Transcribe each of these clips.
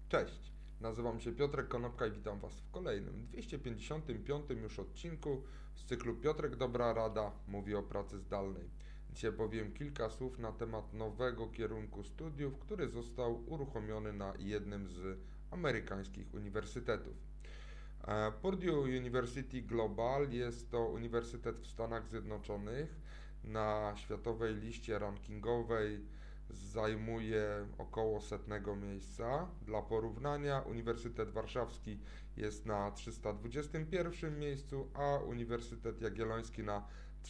Cześć, nazywam się Piotrek Konopka i witam Was w kolejnym 255 już odcinku z cyklu Piotrek Dobra Rada mówi o pracy zdalnej. Dzisiaj powiem kilka słów na temat nowego kierunku studiów, który został uruchomiony na jednym z amerykańskich uniwersytetów. Purdue University Global jest to uniwersytet w Stanach Zjednoczonych. Na światowej liście rankingowej zajmuje około 100 miejsca. Dla porównania Uniwersytet Warszawski jest na 321 miejscu, a Uniwersytet Jagielloński na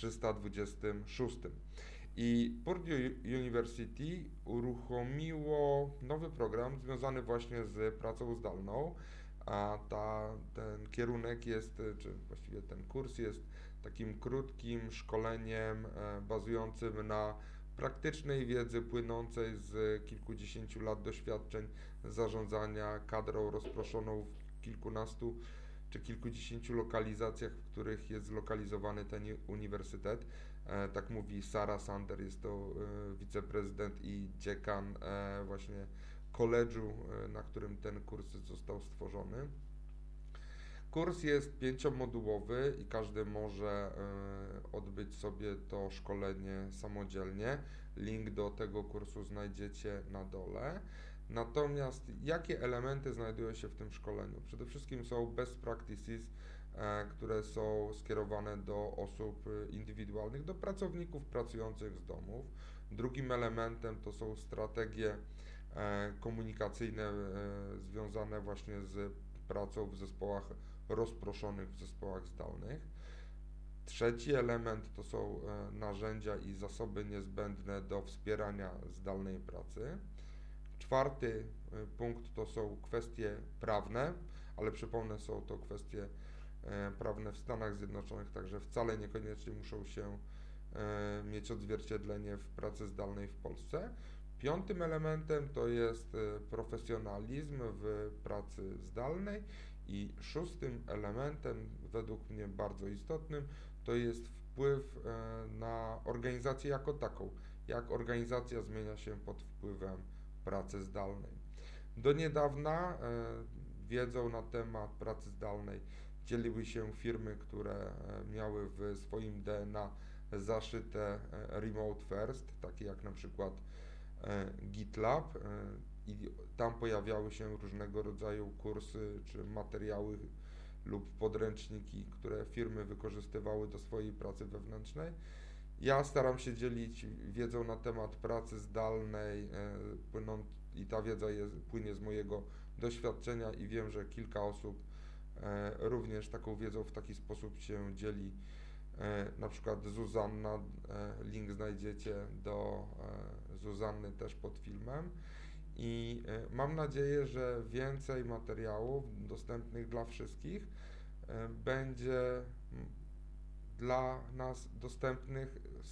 326. I Purdue University uruchomiło nowy program związany właśnie z pracą zdalną. A ten kierunek jest, czy właściwie ten kurs jest takim krótkim szkoleniem bazującym na praktycznej wiedzy płynącej z kilkudziesięciu lat doświadczeń zarządzania kadrą rozproszoną w kilkunastu czy kilkudziesięciu lokalizacjach, w których jest zlokalizowany ten uniwersytet. Tak mówi Sarah Sander, jest to wiceprezydent i dziekan właśnie koledżu, na którym ten kurs został stworzony. Kurs jest 5-modułowy i każdy może odbyć sobie to szkolenie samodzielnie. Link do tego kursu znajdziecie na dole. Natomiast jakie elementy znajdują się w tym szkoleniu? Przede wszystkim są best practices, które są skierowane do osób indywidualnych, do pracowników pracujących z domów. Drugim elementem to są strategie komunikacyjne związane właśnie z pracą w zespołach rozproszonych, w zespołach zdalnych. Trzeci element to są narzędzia i zasoby niezbędne do wspierania zdalnej pracy. Czwarty punkt to są kwestie prawne, ale przypomnę, są to kwestie prawne w Stanach Zjednoczonych, także wcale niekoniecznie muszą się mieć odzwierciedlenie w pracy zdalnej w Polsce. Piątym elementem to jest profesjonalizm w pracy zdalnej i szóstym elementem, według mnie bardzo istotnym, to jest wpływ na organizację jako taką, jak organizacja zmienia się pod wpływem pracy zdalnej. Do niedawna wiedzą na temat pracy zdalnej dzieliły się firmy, które miały w swoim DNA zaszyte remote first, takie jak na przykład GitLab, i tam pojawiały się różnego rodzaju kursy czy materiały lub podręczniki, które firmy wykorzystywały do swojej pracy wewnętrznej. Ja staram się dzielić wiedzą na temat pracy zdalnej i ta wiedza płynie z mojego doświadczenia i wiem, że kilka osób również taką wiedzą w taki sposób się dzieli. Na przykład Zuzanna, link znajdziecie do Zuzanny też pod filmem i mam nadzieję, że więcej materiałów dostępnych dla wszystkich będzie dla nas dostępnych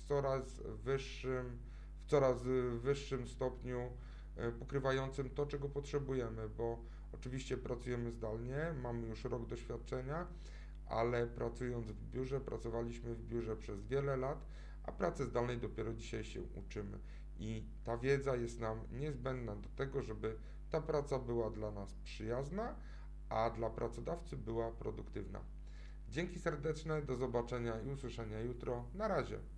w coraz wyższym stopniu, pokrywającym to, czego potrzebujemy, bo oczywiście pracujemy zdalnie, mamy już rok doświadczenia, ale pracując w biurze, pracowaliśmy w biurze przez wiele lat, a pracy zdalnej dopiero dzisiaj się uczymy. I ta wiedza jest nam niezbędna do tego, żeby ta praca była dla nas przyjazna, a dla pracodawcy była produktywna. Dzięki serdeczne, do zobaczenia i usłyszenia jutro. Na razie.